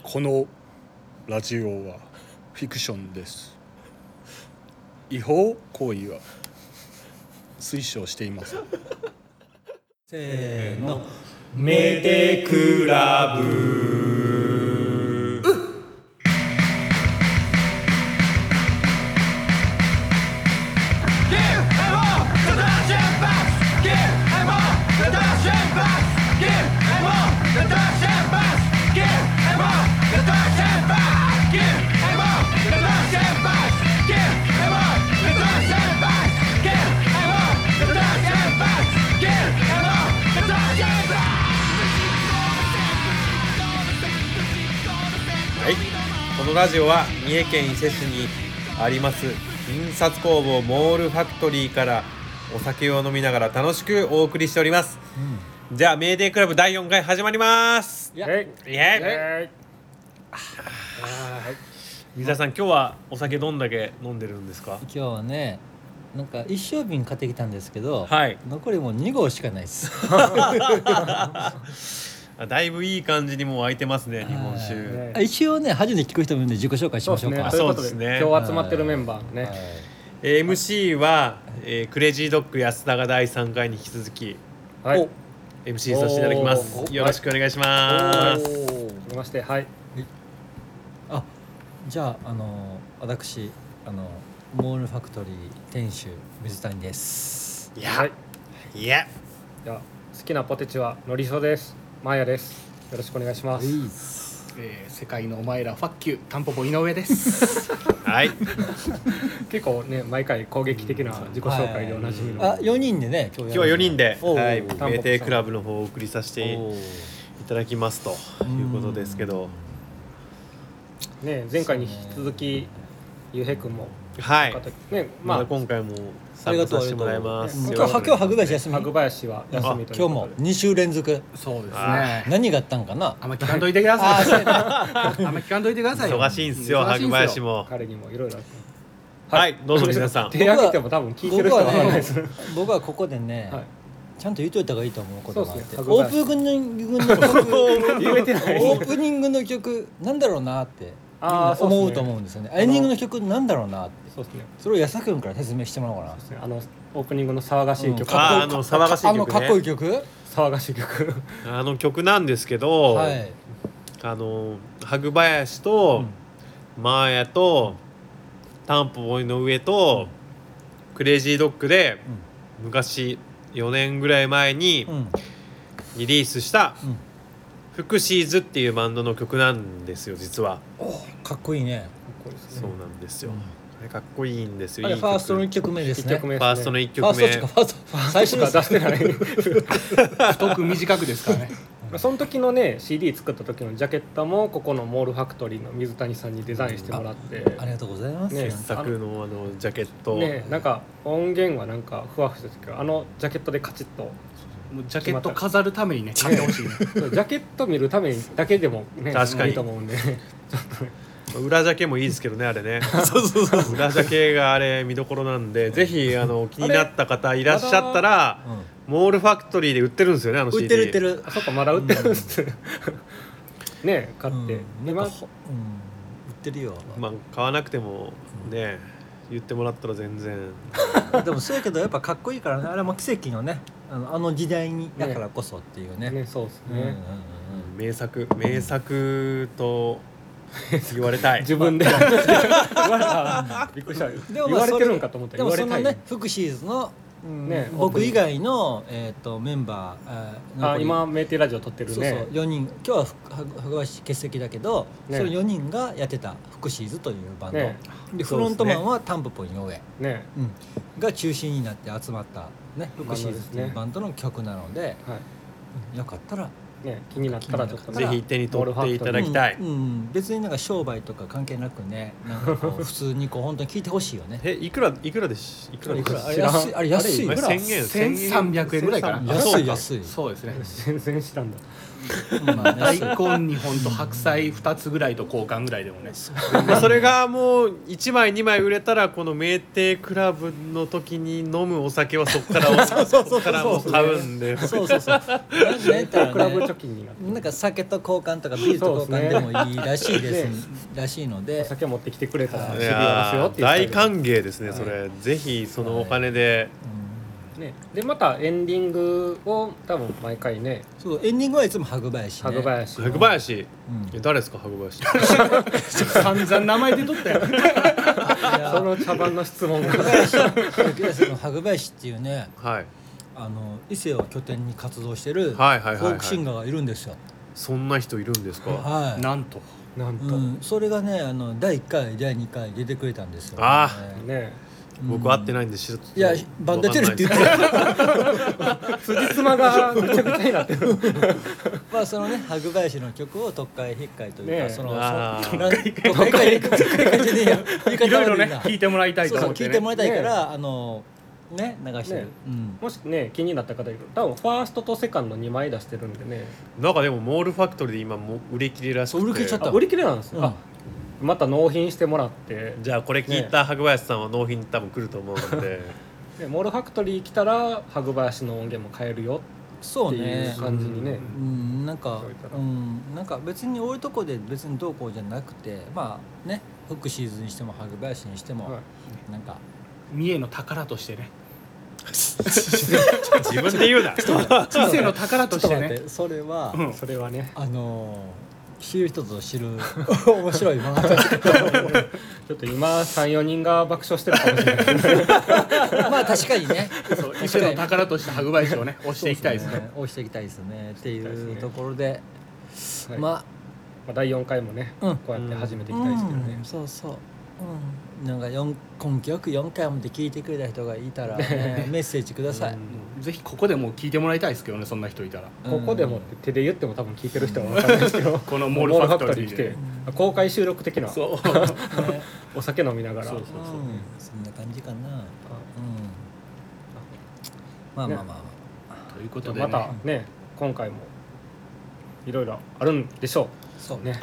このラジオはフィクションです。違法行為は推奨していません。 せーの、 メテクラブ。はい、このラジオは三重県伊勢市にあります印刷工房モールファクトリーからお酒を飲みながら楽しくお送りしております、じゃあメーデークラブ第4回始まります。イエイ。水田さん、今日はお酒どんだけ飲んでるんですか？ 今日はね、なんか一升瓶買ってきたんですけど、 はい、 残りもう2合しかないですだいぶいい感じにもう空いてますね、日本酒、 ね、一応ね、初めて聞く人もいるんで自己紹介しましょうか。 そうですね。 今日集まってるメンバーのね、はい、 MC は、クレイジードッグ安田が第3回に引き続き、 はい、 MC させていただきます。よろしくお願いします。 おまして、はい。 あ、じゃあ私モールファクトリー店主水谷です。 いや、いや、 好きなポテチはのりそです。マーヤです。よろしくお願いします。 世界のお前らファッキュータンポポ井上ですはい結構ね、毎回攻撃的な自己紹介でおなじみの、 4人でね、 今日は4人で、はい、メーテークラブの方をお送りさせていただきますということですけどね、前回に引き続きゆうへいくんも、 はいね、 まあ今回も参加させてもらいます。 今日白林休み。 白林は休みということで、 今日も2週連続。 そうですね。 何があったんかな。 あんま聞かんといてください。あんま聞かんといてくださいよ。 忙しいんですよ、白林も。 彼にもいろいろあって。 はい、どうぞ皆さん。 手挙げても多分聞いてる人は分からないです。 僕はここでね、ちゃんと言っといた方がいいと思うことがあって。オープニングの曲なんだろうなって思うと思うんですよね。エンディングの曲なんだろうなって。それを安田君から説明してもらおうかな。 オープニングの騒がしい曲、 騒がしい曲ね、 かっこいい曲、 騒がしい曲曲なんですけど、はい、白林と、マーヤとタンポポの上と、クレイジードッグで、昔4年ぐらい前にリリースした、フクシーズっていうバンドの曲なんですよ、実は。 かっこいいね。 そうなんですよ、かっこいいんですよ。 ファーストの1曲目ですね。 ファーストの1曲目。 最初から出してない太く短くですからねその時のね CD 作った時のジャケットもここのモールファクトリーの水谷さんにデザインしてもらって、 ありがとうございます。 傑作のジャケットね、なんか音源はなんかふわふわしてたけど、ジャケットでカチッとジャケット飾るためにね買ってほしいねジャケット見るためにだけでもね、 確かにいいと思うんでちょっとね、 裏ジャケもいいですけどね、あれねそう裏ジャケがあれ見どころなんで、ぜひ気になった方いらっしゃったら、モールファクトリーで売ってるんですよね、CD。 売ってる。 あそこまだ売ってるんですね、買って、 今売ってるよ。 まあ買わなくてもね、言ってもらったら全然でもそうやけどやっぱかっこいいからね、あれも奇跡のね、時代にだからこそっていうね。 そうですね。 名作と言われたい。 自分でびっくりした。言われてるんかと思ったら言われたい。 でもそのね、フクシーズの僕以外のメンバー、 今メーテーラジオ撮ってるね。 4人、今日は白林欠席だけど、その4人がやってたフクシーズというバンドで、フロントマンはタンポポ井上が中心になって集まったね、フクシーズっていうバンドの曲なので、よかったらね、気になったらちょっとぜひ手に取っていただきたい。 別になんか商売とか関係なくね、なんかこう普通にこう本当に聞いてほしいよね。 いくらでし、いくらあれ安い。 1000円、 1300円ぐらいかな。 安い。 そうですね。 全然知らんだ。 まあ大根2本と白菜2つぐらいと交換ぐらいでもね。 それがもう1枚2枚売れたらこの名店クラブの時に飲むお酒はそこからも買うんで。 そうクラブ貯金になって、 なんか酒と交換とかビールと交換でもいいらしいですらしいので、 お酒持ってきてくれたら知り合いますよっていう大歓迎ですねそれ。ぜひそのお金で。 ね、でまたエンディングを多分毎回ね、 そうエンディングはいつもハグ林ね。 ハグ林、誰ですかハグ林。 散々名前で取ったよ。 その茶番の質問がハグ林っていうね、 はい、 伊勢を拠点に活動してるフォークシンガーがいるんですよ。 そんな人いるんですか。 はい、 なんと、 それがね第1回第2回出てくれたんですよ、ね。 ああね、僕会ってないんで知る。 いやバンドやってるって言ってた。辻褄がめちゃくちゃになってる。 まあそのねハグ林の曲を特会引っかいというか、 ね、 その特会いろいろね聞いてもらいたいと思ってね。 聞いてもらいたいからね流してる。 もしね気になった方いると多分ファーストとセカンド2枚出してるんでね。 なんかでもモールファクトリーで今も売り切れらしくて。 売り切れちゃった。 売り切れなんですよ。また納品してもらって、 じゃあこれ聞いたハグ林さんは納品多分来ると思うので、 でモールファクトリー来たらハグ林の音源も買えるよっていう感じにね。 なんか別に多いとこで別にどうこうじゃなくて、まあねフックシーズンにしてもハグ林にしても、なんか三重の宝としてね。 自分で言うな。 伊勢の宝としてね。 それはね知る人ぞ知る面白いものちょっと今 3,4 人が爆笑してるかもしれないまあ確かにね伊勢の宝としてハグ林をね押していきたいですね。 押していきたいですねっていうところで、 まあ第4回もねこうやって始めていきたいですけどね。 そうなんか根気よく4回まで聞いてくれた人がいたら、メッセージください。 ぜひここでも聞いてもらいたいですけどね、そんな人いたら。 ここでもって手で言っても多分聞いてる人は分からないですけどこのモールファクトリー来て公開収録的なお酒飲みながらそんな感じかな。まあということでまたね今回もいろいろあるんでしょう。 そうね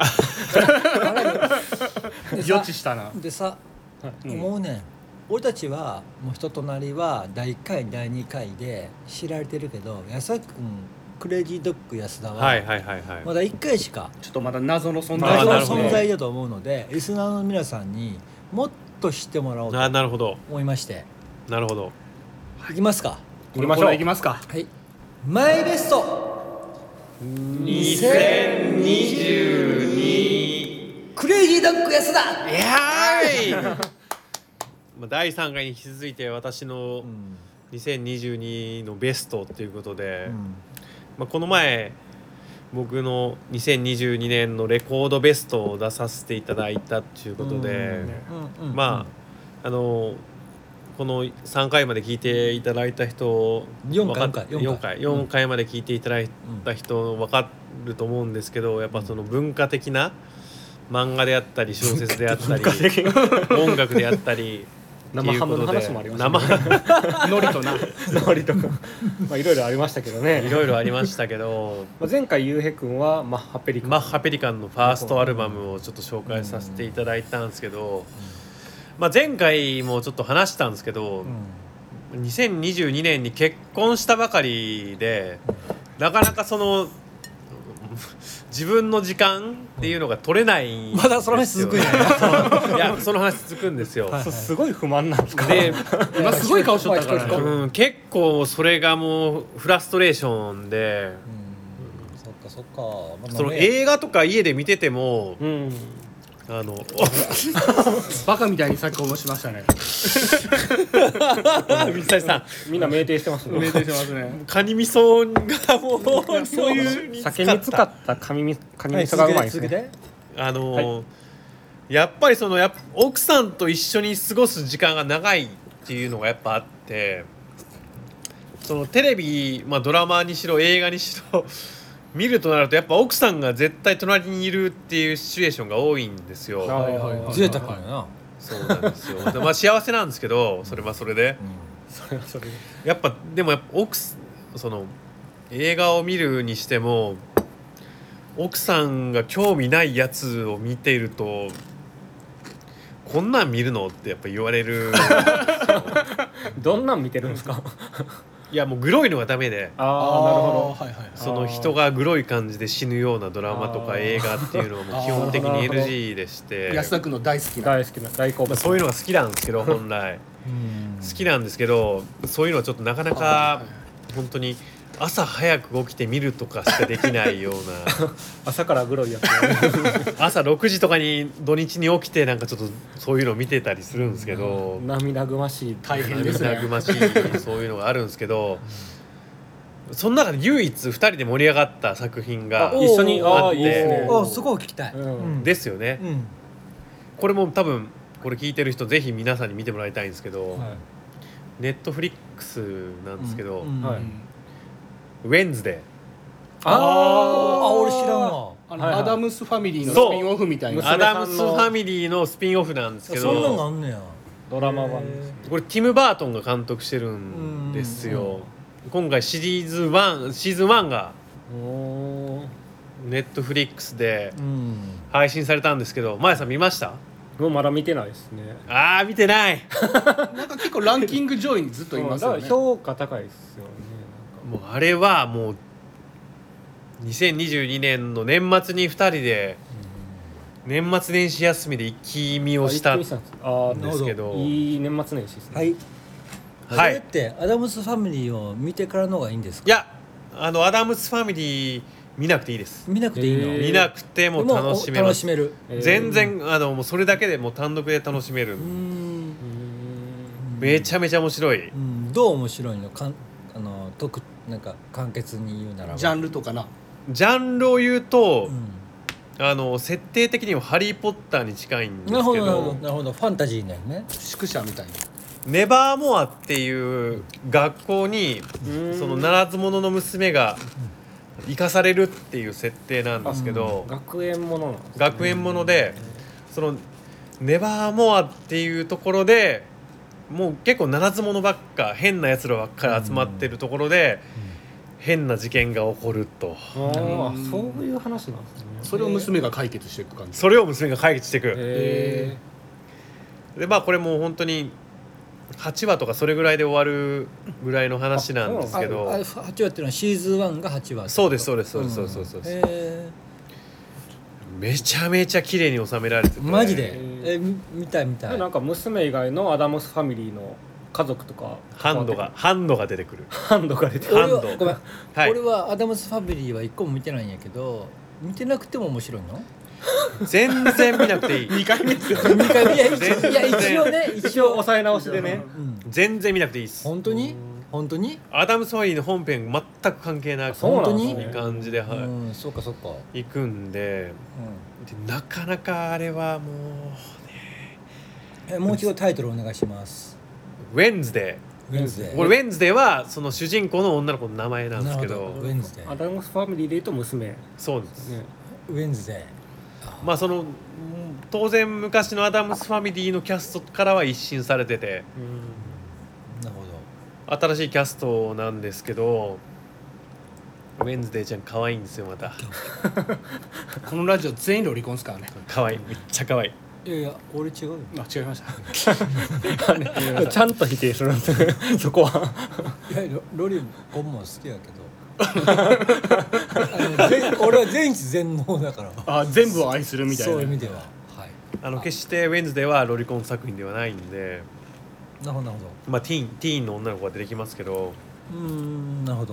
予知したな。 でさ思うねん、俺たちはもう人となりは第1回第2回で知られてるけど、安田君クレイジードッグ安田はまだ1回しかちょっとまだ謎の存在だと思うので、リスナーの皆さんにもっと知ってもらおうと思いまして。 なるほど。 いきますか。 行きましょう。行きますか。 はい。マイベスト2022クレイジードッグ安田。 いやーい第3回に引き続いて私の2022のベストっていうことで、この前僕の2022年のレコードベストを出させていただいたっていうことで、この3回まで聞いていただいた人4回まで聞いていただいた人分かると思うんですけど、やっぱその文化的な漫画であったり小説であったり音楽であったり生ハムの話もありましたね。ノリとかいろいろありましたけどね。 いろいろありましたけど前回ゆうへくんはマッハペリカンのファーストアルバムをちょっと紹介させていただいたんですけど、前回もちょっと話したんですけど、2022年に結婚したばかりでなかなかその自分の時間っていうのが取れないんですよ。 まだその話続くんやいやその話続くんですよ。 すごい不満なんですか。 で今すごい顔しとったから、 結構それがもうフラストレーションで、 そっか、 その映画とか家で見てても、 バカみたいに先ほどしましたね。 水谷さんみんな酩酊してますね。 酩酊してますね。 カニ味噌がもうそういう酒に使ったカニ味噌がうまいですね。 やっぱり奥さんと一緒に過ごす時間が長いっていうのがやっぱあって、そのテレビ、ドラマにしろ映画にしろ見るとなるとやっぱ奥さんが絶対隣にいるっていうシチュエーションが多いんですよ。 贅沢やな。 そうなんですよ。幸せなんですけど、それはそれで、やっぱでもその映画を見るにしても奥さんが興味ないやつを見ているとこんなん見るのってやっぱ言われるどんなん見てるんですか？ いやもうグロいのがダメで、 ああ、なるほはいはいはい。 その人がグロい感じで死ぬようなドラマとか映画っていうのはもう基本的に NG でして安田君の大好きど。 な大好きな大好物。 そういうのが好きなんですけど本来好きなんですけど、そういうのはちょっとなかなか本当に朝早く起きて見るとかしかできないような朝からグロいやつ。 朝6時とかに土日に起きてなんかちょっとそういうのを見てたりするんですけど、 涙ぐましい。 大変ですね。 涙ぐましいそういうのがあるんですけど、その中で唯一2人で盛り上がった作品が一緒にあっていいですね。 そこを聞きたい、 うんですよね。 うんこれも多分これ聞いてる人ぜひ皆さんに見てもらいたいんですけど、 はいネットフリックスなんですけど、 はいウェンズデ俺知らんわ。 はいはいアダムスファミリーのスピンオフみたいー、 な。 アダムスファミリーのスピンオフなんですけそんなのど、 あんねや。 ドラマ版ですね。 これティム・バートンが監督してるんですよ。今回シーズン1がおーネットフリックスでうん配信されたんですけど、まやさん見ました？ もうまだ見てないですね。 あー見てないなんか結構ランキング上位にずっといますよねだから。評価高いですよね。 もうあれはもう2022年の年末に2人で年末年始休みで一気見をしたんであすけど、 いい年末年始ですね。 はい。 はいそれってアダムスファミリーを見てからの方がいいんですか？ いやアダムスファミリー見なくていいです。 見なくていいの？ へー見なくても楽しめます。 楽しめる。 全然もうそれだけでもう単独で楽しめる、めちゃめちゃ面白い。 どう面白いのかんなんか簡潔に言うならば。 ジャンルとかな。 ジャンルを言うとう、ん設定的にはハリー・ポッターに近いんですけなるほどなるほどど、 なるほど、ファンタジーだよね。 宿舎みたいな。 ネバーモアっていう学校にうんそのならず者の娘が生かされるっていう設定なんですけど、 学園ものなんですね。 学園ものでそのネバーモアっていうところでもう結構ならず者ばっか変なやつらばっかり集まってるところで変な事件が起こると、 ああ、そういう話なんですね。 それを娘が解決していく感じ。 それを娘が解決していく。 へでこれもう本当に8話とかそれぐらいで終わるぐらいの話なんですけど、 8話っていうのはシーズン1が8話。 そうですそうですそうですそうですそうです、めちゃめちゃ綺麗に収められてて、 マジで見たい見たい。 なんか娘以外のアダムスファミリーの家族とかハンドが出てくる。 ハンドが出て俺はハンドごめん、 はい俺はアダムスファミリーは一個も見てないんやけど、見てなくても面白いの全然見なくていい 2回目ですよ。 2回いや全然一応ね一応抑え直しでね。 うん全然見なくていいです。 本当に本当にアダムスファミリーの本編全く関係なくそうなんですねいい感じで、はいうん、そうかそうか、 行くんで、なかなかあれはももう一度タイトルお願いします。 うウェンズデウェンズデー。 ーこれウェンズデーはその主人公の女の子の名前なんですけどなるほウェンズデーアダムスファミリーでいうと娘ね。 そうです、 ウェンズデその当然昔のアダムスファミリーのキャストからは一新されててー。なるほど。 新しいキャストなんですけど、ウェンズデーちゃん可愛いんですよ。またこのラジオ全員ロリコンですからね。 可愛い、めっちゃ可愛い。 いやいや俺違うよ。 あ、違いました。 ちゃんと否定するんですね。そこは。 いやロリコンも好きやけど俺は全知全能だからあ、全部を愛するみたいな。 そういう意味では、はい、 決してウェンズデーはロリコン作品ではないんで、 なるほどなるほど。 ティーンの女の子が出てきますけど、 なるほど。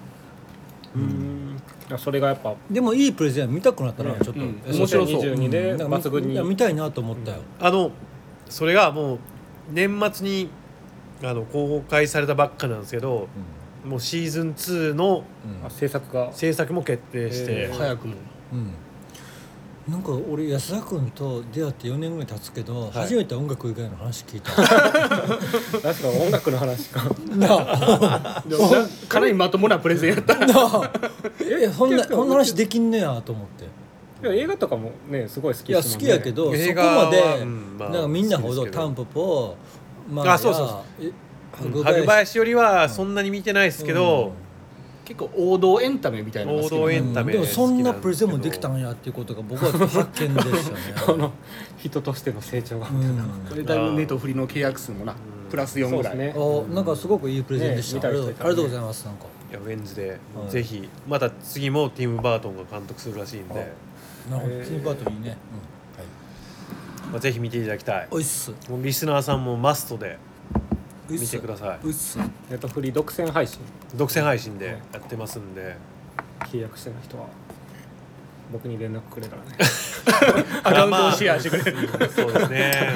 それがやっぱでもいいプレゼン見たくなったな、ちょっと、 面白そう。 2022でなんか抜群にいや見たいなと思ったよ、 それがもう年末に公開されたばっかなんですけど、もうシーズン2の制作が制作も決定して、 早くも。 なんか俺安田君と出会って4年ぐらい経つけど、 はい初めて音楽以外の話聞いた確か音楽の話か。 なあでもかなりまともなプレゼンやった。 なあそんな話できんねやと思って。 いや映画とかもねすごい好きいや好ですもんね。 きやけど、そこ映画はまで、 まあなんかみんなほど好きですけどタンポポあそうそううハグ林よりはそんなに見てないですけど、 結構王道エンタメみたいなのが好き王道エンタメでもそんなプレゼンもできたんやっていうことが僕は発見でしたねこの人としての成長が、 それだいぶネットフリの契約数もなプラス4ぐらい、 ね、 なんかすごくいいプレゼンでした、 ね、 ありがとうございます。なんかいやウェンズで、ぜひまた次もティム・バートンが監督するらしいんで、 なるほど、ティム・バートンいいね、 まあ、ぜひ見ていただきたい。 おいっす、 もうリスナーさんもマストで見てください。 うっす。 ネットフリ独占配信独占配信でやってますんで、 契約してない人は僕に連絡くれたらねアカウントをシェアしてくれる、 そうですね、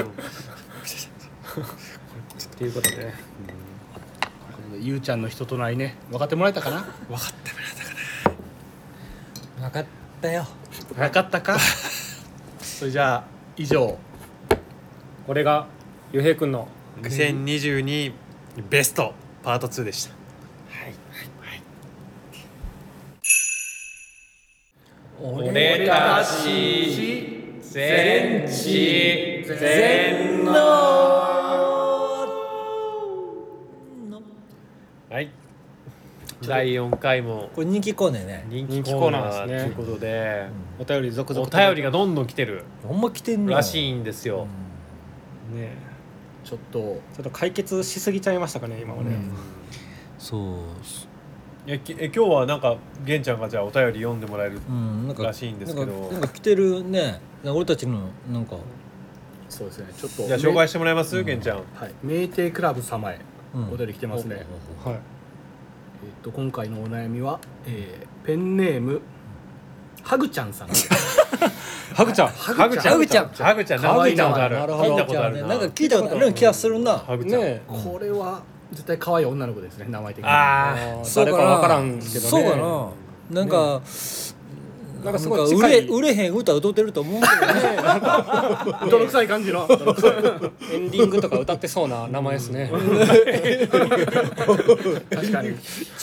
っていうことで、 ゆうちゃんの人となりね分かってもらえたかな。 分かってもらえたか分かったよ。 分かったかそれじゃあ以上これがゆうへいくんのな。2022ベストパート2でした。俺たち全知全能。はい、第4回もこれ人気コーナーね。 人気コーナーということで、 お便り続々 お便りがどんどん来てるほんま来てんのらしいんですよ。 ねちょっと解決しすぎちゃいましたかね今まで、 そういや今日はなんか玄ちゃんがじゃあお便り読んでもらえるなんからしいんですけど、 なんか来てるね。俺たちのなんかそうですねちょっとじゃあ紹介してもらえます、玄ちゃん。 はい、メーテークラブ様へお便り来てますね、 はい今回のお悩みは、ペンネームハグちゃんさんハグちゃんハグちゃんなんか聞いたことある。 なるほど。 聞いたことあるな。 なんか聞いたことある気がするな。 ハグちゃん、 ねこれは絶対可愛い女の子ですね名前的に。 あそう誰かわからんけどねそうかな。なんかなんかすごい近い売れへん歌歌ってると思うけどね。 泥臭い感じのエンディングとか歌ってそうな名前ですね確かに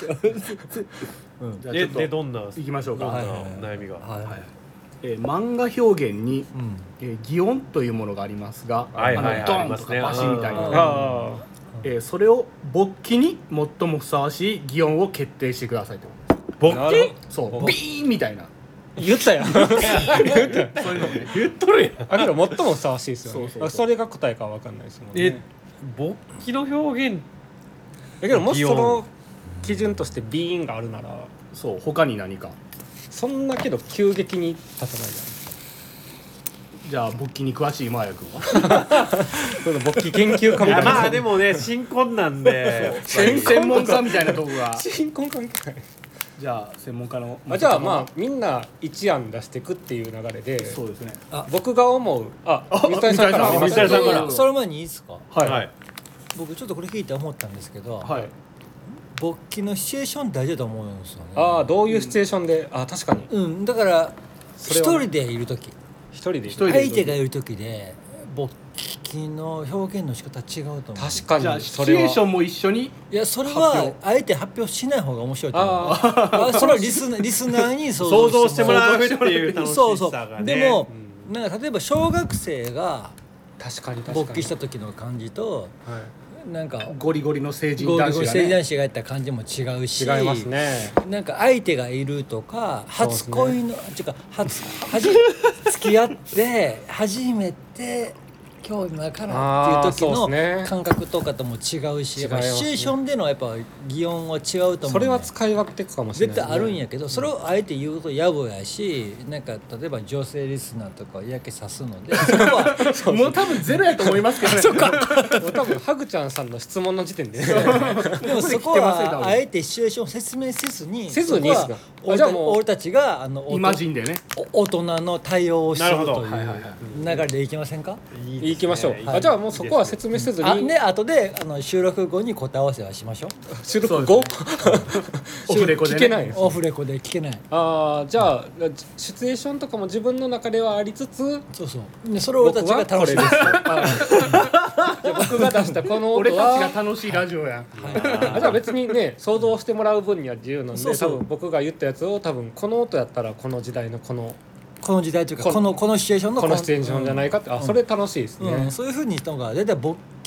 じゃあちょっとでどんな行きましょうか、 悩みが。 漫画表現に、擬音というものがありますが、ドンとかバシみたいな、それを勃起に最もふさわしい擬音を決定してくださいと。 勃起？ そうビーンみたいな言ったやんそういうのね言っとるやん。 あけど最もふさわしいですよね。 そうそれが答えかわかんないですもんね。 勃起の表現だけどもしその基準としてビーンがあるならそう他に何かそんなけど急激に立たないじゃないですか。 じゃあ勃起に詳しいマーヤ君はその勃起研究家みいたいな。 やまあでもね新婚なんで専門家みたいなとこが新婚関係じゃあ専門家のじゃあまあみんな一案出していくっていう流れでそうですね僕が思う水谷さんから水谷さんからその前にいいですか。 はい僕ちょっとこれ聞いて思ったんですけど、 はい勃起のシチュエーション大事だと思うんですよね。 どういうシチュエーションで確かにだから一それはね人でいる時、 一人で一人で相手がいる時で勃起の表現の仕方違うと思う。 確かにじゃあシチそれはュエーションも一緒にいやそれ発は表あえて発表しない方が面白いと思う。それはリスナーに想像してもらうっていう楽しそうそうさがね。 でも、なんか例えば小学生が確かに勃起した時の感じとはいなんかゴリゴリの成人ゴリゴリ男子がね成男子がやった感じも違うし、 違いますね。 なんか相手がいるとか初恋のっていうか付き合って初めて今日今からっていう時そうのですね感覚とかとも違うし、やっぱ違いますねシチュエーションでのやっぱ擬音は違うと思う、ね、 それは使い分けていくかもしれない絶対あるんやけど、それをあえて言うと野暮やし、なんか例えば女性リスナーとか嫌気さすのでそこはもう多分ゼロやと思いますけどねそっかもう多分ハグちゃんさんの質問の時点ででもそこはあえてシチュエーションを説明せずにせずにそこはじゃあもう俺たちがイマジンでね大人の対応をするというはいはいはい流れでいきませんか。 行きましょう。じゃあもうそこは説明せずに後で収録後に答え合わせはしましょう。 収録後オフレコでね聞けないんですオフレコで聞けない。 じゃあシチュエーションとかも自分の中ではありつつそうそうでそれを俺たちが楽しみ僕はこれですじゃあ僕が出したこの俺音はたちが楽しいラジオやんじゃあ別にね想像してもらう分には自由なんでそうそう多分僕が言ったやつを多分この音やったらこの時代のこの時代というかこのシチュエーションのこのシチュエーションじゃないかってそれ楽しいですね、 そういうふうにした方が大体勃起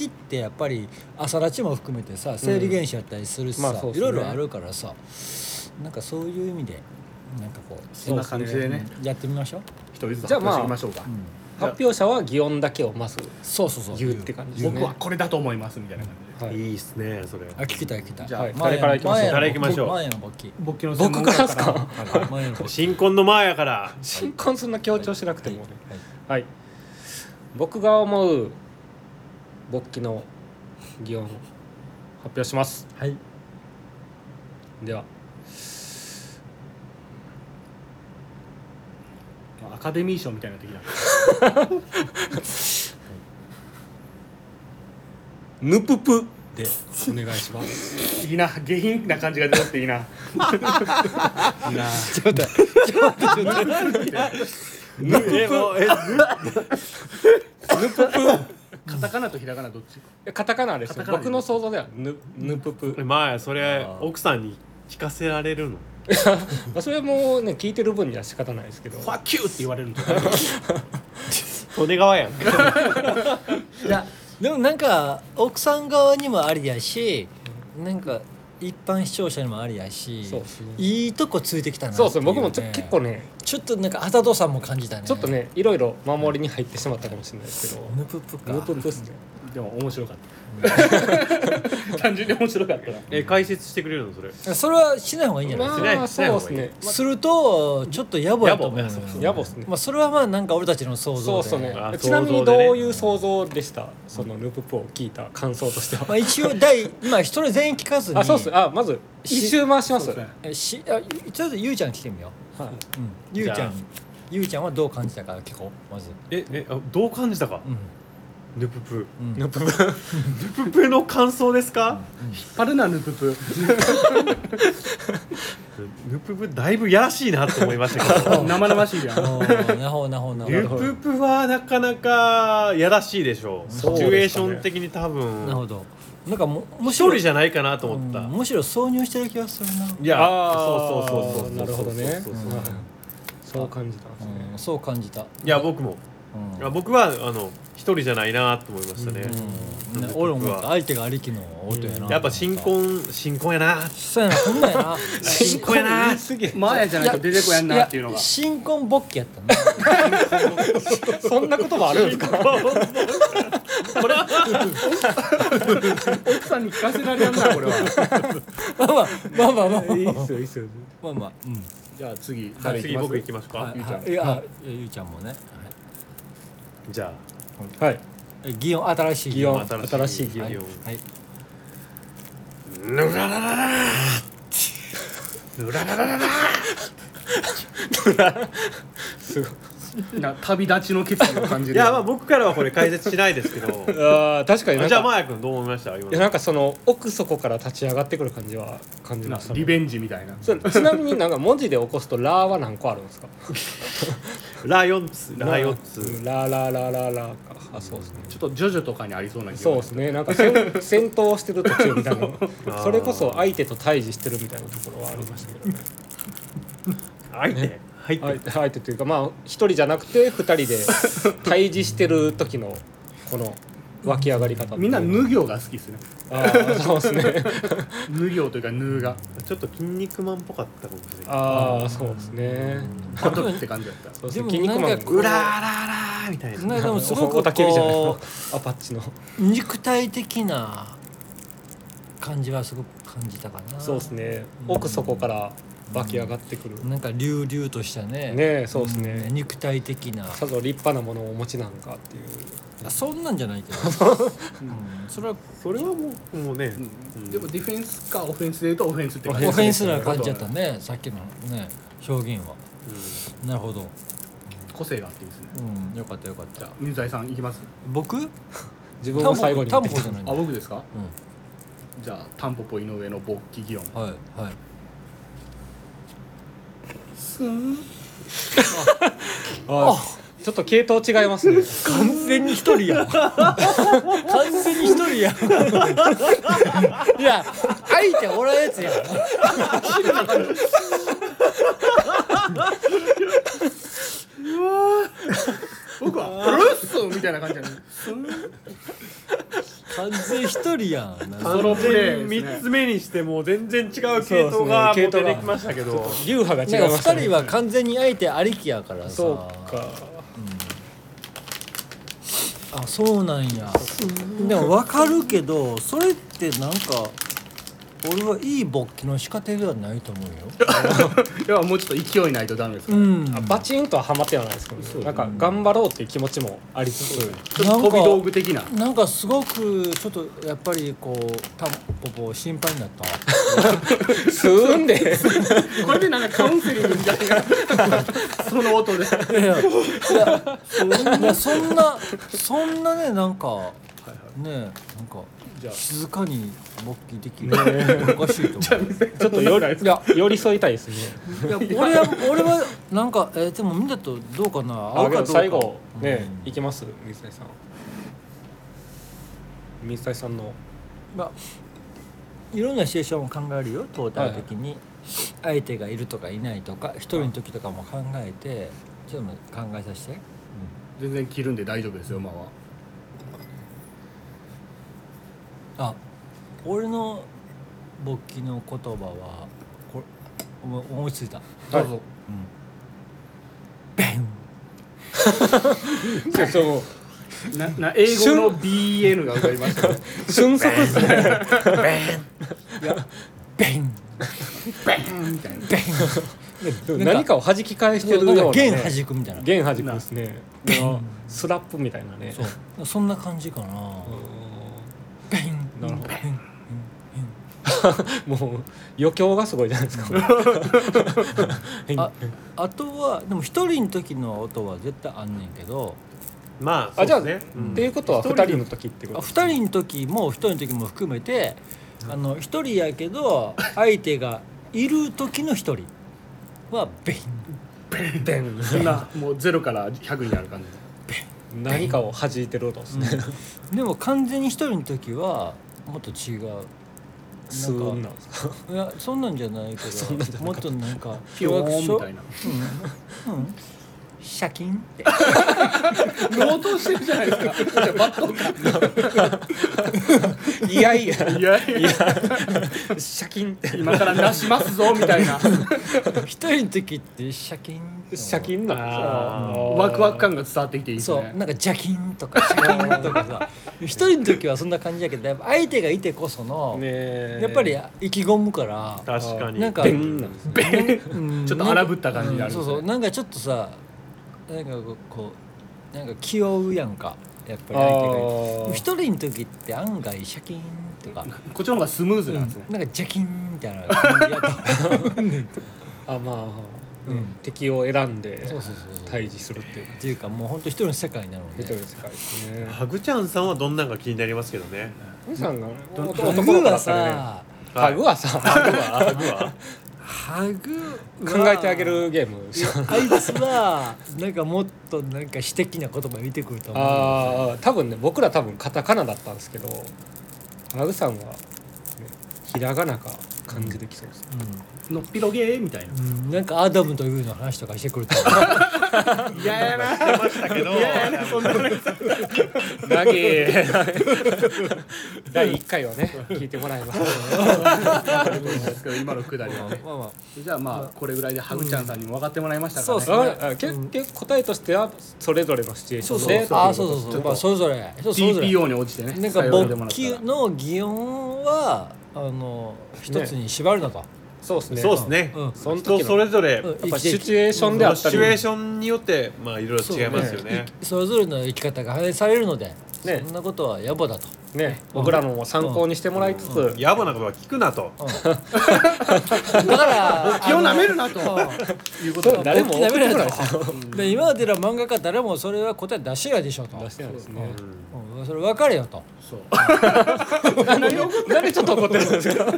器ってやっぱり朝立ちも含めてさ生理現象やったりするしさ、いろいろあるからさ、なんかそういう意味でなんかこうそんな感じでねやってみましょう。 一人ずつ発表していきましょうか。 発表者は擬音だけをまずそう言うって感じですね。 僕はこれだと思いますみたいな感じで。 いいっすねそれ。 聞きたい。 じゃあ誰からいきましょう。 誰行きましょう。 前のボッキボッキの僕からですか。 新婚の前やから。 新婚そんな強調しなくてもね。はい。僕が思う勃起の擬音発表します。 はい。 ではアカデミー賞みたいな的なヌププでお願いします。 いいな、下品な感じが出ていいな。いいな。 ちょっとヌプカタカナとひらがなどっち？ カタカナですよ。僕の想像ではヌププ。 まあそれ奥さんに聞かせられるの？ それもね聞いてる分には仕方ないですけど。 ファッキューって言われるんですよ。 利根川やん。 いやでもなんか奥さん側にもありやし、なんか一般視聴者にもありやし、 そうですね、 いいとこついてきたなっていう、ね。 そう僕も結構ねちょっとなんかあたどさんも感じたね。 ちょっとねいろいろ守りに入ってしまったかもしれないですけど。 ヌププか。 ヌププっすね。 でも面白かった。単純に面白かったな。 解説してくれるのそれ？ それはしない方がいいんじゃないですか。 まあそうですね。 するとちょっと野暮やと思う。 野暮ですね。 まあそれはまあなんか俺たちの想像で。 そうね。ちなみにどういう想像でした？そのヌププを聞いた感想としては。 まあ一応今一人全員聞かずに。 あそうっす。まず一周回します。 ちょっとゆうちゃん来てみよう。はい。ゆうちゃんはどう感じたか聞こうまず。 どう感じたか？ヌププ。 ヌププ。 ヌププの感想ですか？ 引っ張るなヌププ。 ヌププだいぶやらしいなと思いましたけど。 生々しいやん。 なほヌププはなかなかやらしいでしょう。シチュエーション的に多分。 なるほど。なんか一人じゃないかなと思った。 むしろ挿入してる気がするな。 いや、そうなるほどね。そう感じたんですね。 そう感じた。 いや僕も。僕は一人じゃないなと思いましたね。 俺も相手がありきの音やな。 やっぱ新婚やな。 そうやな、ほんまやな。 新婚やな。 マーヤじゃないと出てこやんなっていうのが。 新婚勃起やったな。 そんな言葉あるんですか？これ奥さんに聞かせられやんなこれは。 まあ。 いいっすよいいっすよ。 まあ。 じゃあ次僕行きますか。 ゆうちゃんもね。 じゃあ、はい。 擬音新しい擬音新しい擬音。はい。 ぬらららら。ぬららららら。 すごい。旅立ちの決意を感じる。 いやまあ僕からはこれ解説しないですけど。 確かに。 じゃあマーヤ君どう思いました？ いやなんかその奥底から立ち上がってくる感じは感じました。 リベンジみたいな。 ちなみになんか文字で起こすとラーは何個あるんですか？ ラ4つ。ラ4つ。 ラか。あそうですね。 ちょっとジョジョとかにありそうな。 そうですね。なんか戦闘してる途中みたいな。それこそ相手と対峙してるみたいなところはありましたけどね。相手というかまあ一人じゃなくて二人で対峙してる時のこの湧き上がり方。 みんなヌ行が好きですね。 そうですね。 ヌ行というかヌがちょっと筋肉マンっぽかったかもしれない。 そうですね。 バトルって感じだった。 でも筋肉マンうらららみたいな。 でもすごくおたけびじゃないアパッチの肉体的な感じはすごく感じたかな。 そうですね。奥底から湧き上がってくる。 なんか隆々としたね。 ね、そうですね。 肉体的な。 さぞ立派なものをお持ちなのかっていう。 そんなんじゃないけど。それはもうね。 でもディフェンスかオフェンスで言うとオフェンスって感じ。 オフェンスな感じだったね。さっきのね表現は。なるほど。 個性があっていいですね。 よかった。じゃあ水谷さんいきます。 僕？ 自分は最後に。 タンポポじゃない。 僕ですか？じゃあタンポポ井上の勃起擬音。 はい。 スン。 ちょっと系統違いますね。 完全に一人や。完全に一人や。いや、相手おらんやつや。 僕はルッスンみたいな感じだね。 全一人やんソロプレイ 3つ目にしても全然違う系統が出てきましたけど、 流派が違いましたね。 2人は完全に相手ありきやからさ。 そうか、 あ、そうなんや。でも分かるけど、それってなんか俺はいい勃起の仕方ではないと思うよ。 いやもうちょっと勢いないとダメですか、 バチンとはハマってはないですけど、なんか頑張ろうっていう気持ちもありつつ、 ちょっと飛び道具的な。 なんかすごくちょっとやっぱりこうタンポポ心配になった。 スーンでこれでなんかカウンセリングみたいなその音で。 いやそんなね、なんかね、なんか静かに勃起できる、おかしいと思う。 ちょっと寄り添いたいですね。 いや俺はなんかでもみんなとどうかな、合うかどうか。 最後ね、いきます水谷さん。水谷さんのいろんなシチュエーションを考えるよ、トータル的に。相手がいるとかいないとか、一人の時とかも考えて、ちょっと考えさせて。 全然切るんで大丈夫ですよ、馬は。 あ、俺の勃起の言葉はこれ思いついた。 どうぞ。 ベン。 そう英語の BN が浮かびましたね。 瞬足ですね。 いや、ベンベンみたいな。 何かを弾き返してるような、ね、 弦弾くみたいな。 弦弾くですね。スラップみたいなね。 そんな感じかな。ベン。 なるほど。もう余興がすごいじゃないですか。 あとはでも一人の時の音は絶対あんねんけど、 まあじゃあね、っていうことは2人の時ってこと。 2人の時も1人の時も含めて、1人やけど相手がいる時の1人はベンベン。 そんなもう0から100になる感じで何かを弾いてる音ですね。 でも完全に1人の時はもっと違う。 スーンなんですか。 いや、そんなんじゃないけど、もっとなんかピョーンみたいな。 シャキンってノートしてるじゃないですか。バットか。 いやシャキンって今から出しますぞみたいな。 一人の時ってシャキンなんワクワク感が伝わってきていいですね。 そう、なんかジャキンとかシャキンとかさ、一人の時はそんな感じやけど、やっぱ相手がいてこその、やっぱり意気込むから。 確かになんかベンちょっと荒ぶった感じになる。 そうそう、なんかちょっとさ、なんかこうなんか気負うやんか、やっぱり相手が一人の時って案外シャキンとかこっちの方がスムーズなんですね。 なんかジャキンみたいな感じやとまあ、敵を選んで対峙するっていうか、もう本当一人の世界なので。 一人の世界ですね。 ハグちゃんさんはどんなのが気になりますけどね。 さんがハグはさ、ハグ考えてあげるゲーム。 あいつはなんかもっとなんか詩的な言葉言ってくると思う。 多分ね、僕ら多分カタカナだったんですけど、ハグさんは、ひらがなか漢字できそうです。 のっぴろげーみたいな。なんかアダムというの話とかしてくると。 いややな。 してましたけど。 いややな、そんな。 長え。第1回はね、聞いてもらえます。 今のくだりはね。じゃあまあこれぐらいでハグちゃんさんにも分かってもらいましたかね。 そう答えとしてはそれぞれのシチュエーションで。 そうそれぞれ TPO に応じてね。 なんか勃起の擬音は一つに縛るなと。 そうですね。それぞれやっぱシチュエーションであったり、 シチュエーションによってまあいろいろ違いますよね。 それぞれの生き方が反映されるので、そんなことは野暮だと。 ね、僕らのも参考にしてもらいつつ、 野暮なことは聞くなと。 だから気を舐めるなということは誰も舐めるなと。今までの漫画家誰もそれは答え出してないでしょと。 出してないですね。 それ分かれよと。 なんでちょっと怒ってるんですか。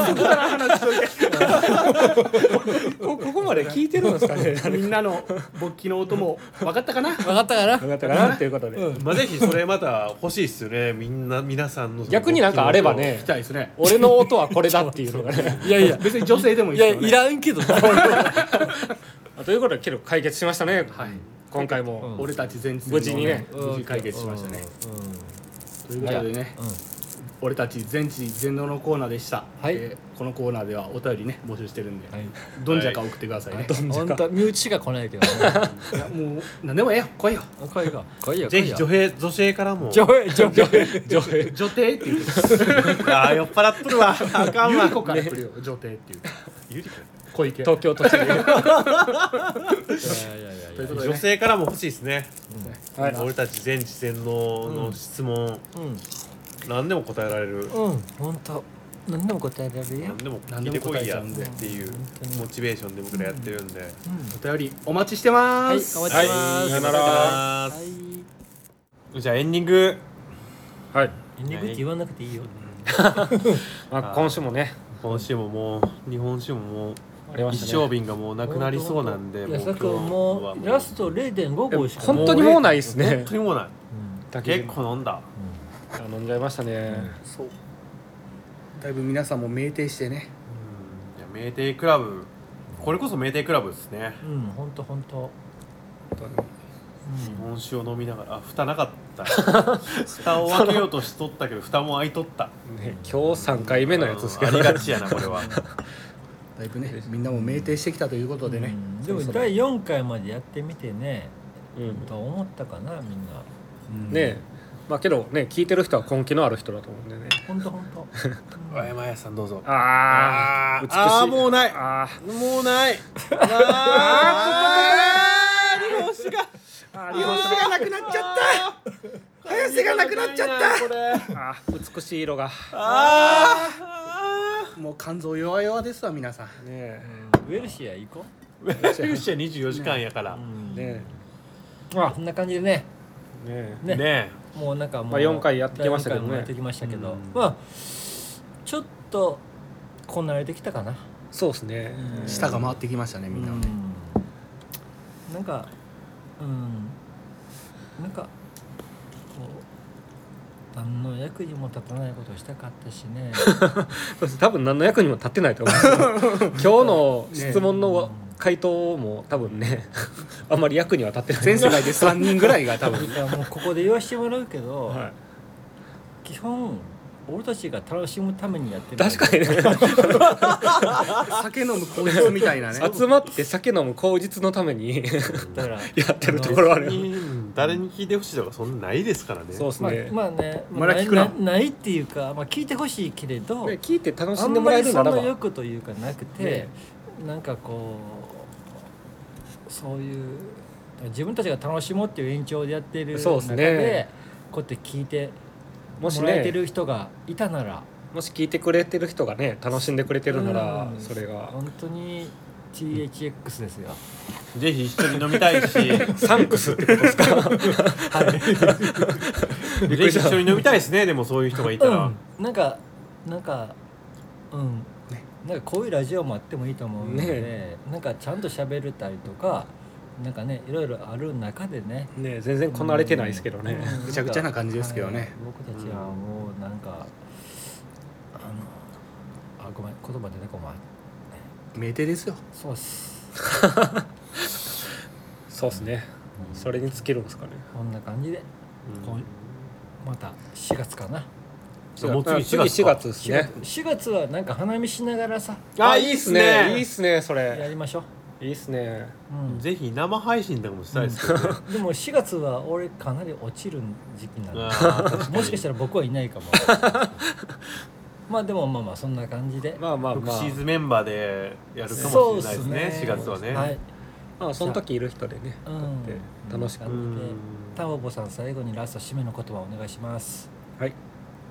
ここまで聞いてるんですかね。 みんなの勃起の音も分かったかな。 分かったかな。 分かったかなっていうことで。 まあぜひそれまた欲しいですよね。皆さんの逆になんかあればね。 聞きたいですね。 俺の音はこれだっていうのがね。 いやいや、 別に女性でもいいですよね。 いらんけど。 ということで結構解決しましたね。今回も俺たち全員無事にね無事解決しましたね。ということでね、 俺たち全知全能のコーナーでした、 はいこのコーナーではお便りね募集してるんで、どんじゃか送ってくださいね。 本当身内しか来ないけどね。 いやもう何でもええよ、来いよ。 来いよ。 ぜひ女性からも女帝女帝って言ってああ酔っ払っとるわあかんわここから来るよ女帝っていうゆりくん小池東京都知事女性からも欲しいですね、 はい、 俺たち全知全能の質問、何でも答えられる、 本当何でも答えられるよ。 何でも聞いてこいやっていうモチベーションで僕らやってるんで、 お便りお待ちしてます。 お待ちしてます。 さよなら。じゃあエンディング。 はい。 エンディングって言わなくていいよ。 今週もね、 今週ももう日本酒ももう一升瓶がもうなくなりそうなんで、 もうラスト 0.5 合しか本当にもうないですね。 本当にもうない。結構飲んだ。 飲んじゃいましたね。 そう。だいぶ皆さんも酩酊してね。 いや酩酊クラブ、これこそ酩酊クラブですね。 本当。 日本酒を飲みながら、蓋なかった。蓋を開けようとしとったけど蓋も開いとった。 ね、今日3回目のやつですけど、 ありがちやなこれは。 だいぶねみんなも酩酊してきたということでね。 でも第4回までやってみてね、どう思ったかなみんな。 ねまあけどね聞いてる人は根気のある人だと思うんでね。 本当。 山谷さんどうぞ。 美しい。 もうない。もうない。日本酒がなくなっちゃった。早瀬がなくなっちゃった。これ。 美しい色が。 もう肝臓弱々ですわ皆さん。 ウェルシア行こう。 ウェルシア24時間やから。 ね。こんな感じでね。 ね。 もうなんかもう 4回やってきましたけどね。 やってきましたけど、まあちょっとこなれてきたかな。 そうですね。 舌が回ってきましたねみんなね。 なんかなんかこう何の役にも立たないことをしたかったしね。 多分何の役にも立ってないと思う。今日の質問の回答も多分ねあんまり役には立ってない。 全世界で3人ぐらいが多分。 いやもうここで言わせてもらうけど、基本俺たちが楽しむためにやってる。 確かにね。 酒飲む口実みたいなね。 集まって酒飲む口実のためにだからやってるところある。 誰に聞いてほしいとかそんなないですからね。 そうですね。 まあね、ないっていうか、聞いてほしいけれど、 聞いて楽しんでもらえるならば、 あんまりそんな欲というかなくて、なんかこうそういう自分たちが楽しもうっていう延長でやってる中で、こうやって聞いてもらえてる人がいたなら、 もし聞いてくれてる人がね楽しんでくれてるなら、それが本当に THX ですよ。 ぜひ一緒に飲みたいしサンクスってことですか。 ぜひ一緒に飲みたいですね。でもそういう人がいたら、 なんかこういうラジオもあってもいいと思うので、なんかちゃんと喋れたりとか、なんかねいろいろある中でね。 全然こなれてないですけどね。 ぐちゃぐちゃな感じですけどね。 僕たちはもうなんかごめん言葉出てこない。 酩酊ですよ。 そうっす。 そうっすね。それに尽きるんですかね。 こんな感じで、また4月かな。 もう次 4月ですね。 4月はなんか花見しながらさ。 いいっすね。いいっすねそれ。 やりましょう。いいっすね。 ぜひ生配信でもしたいですけどね。 でも4月は俺かなり落ちる時期なんで、もしかしたら僕はいないかも。まあでもまあそんな感じで、 フクシーズメンバーでやるかもしれないですね。4月はね。 はい。 その時いる人でね、楽しく。 タオボさん最後にラスト締めの言葉をお願いします。 はい。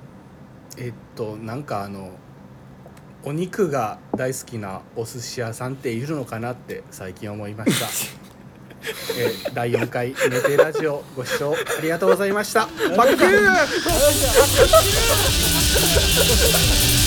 なんかお肉が大好きなお寿司屋さんっているのかなって最近思いました。第4回酩酊ラジオご視聴ありがとうございました。バック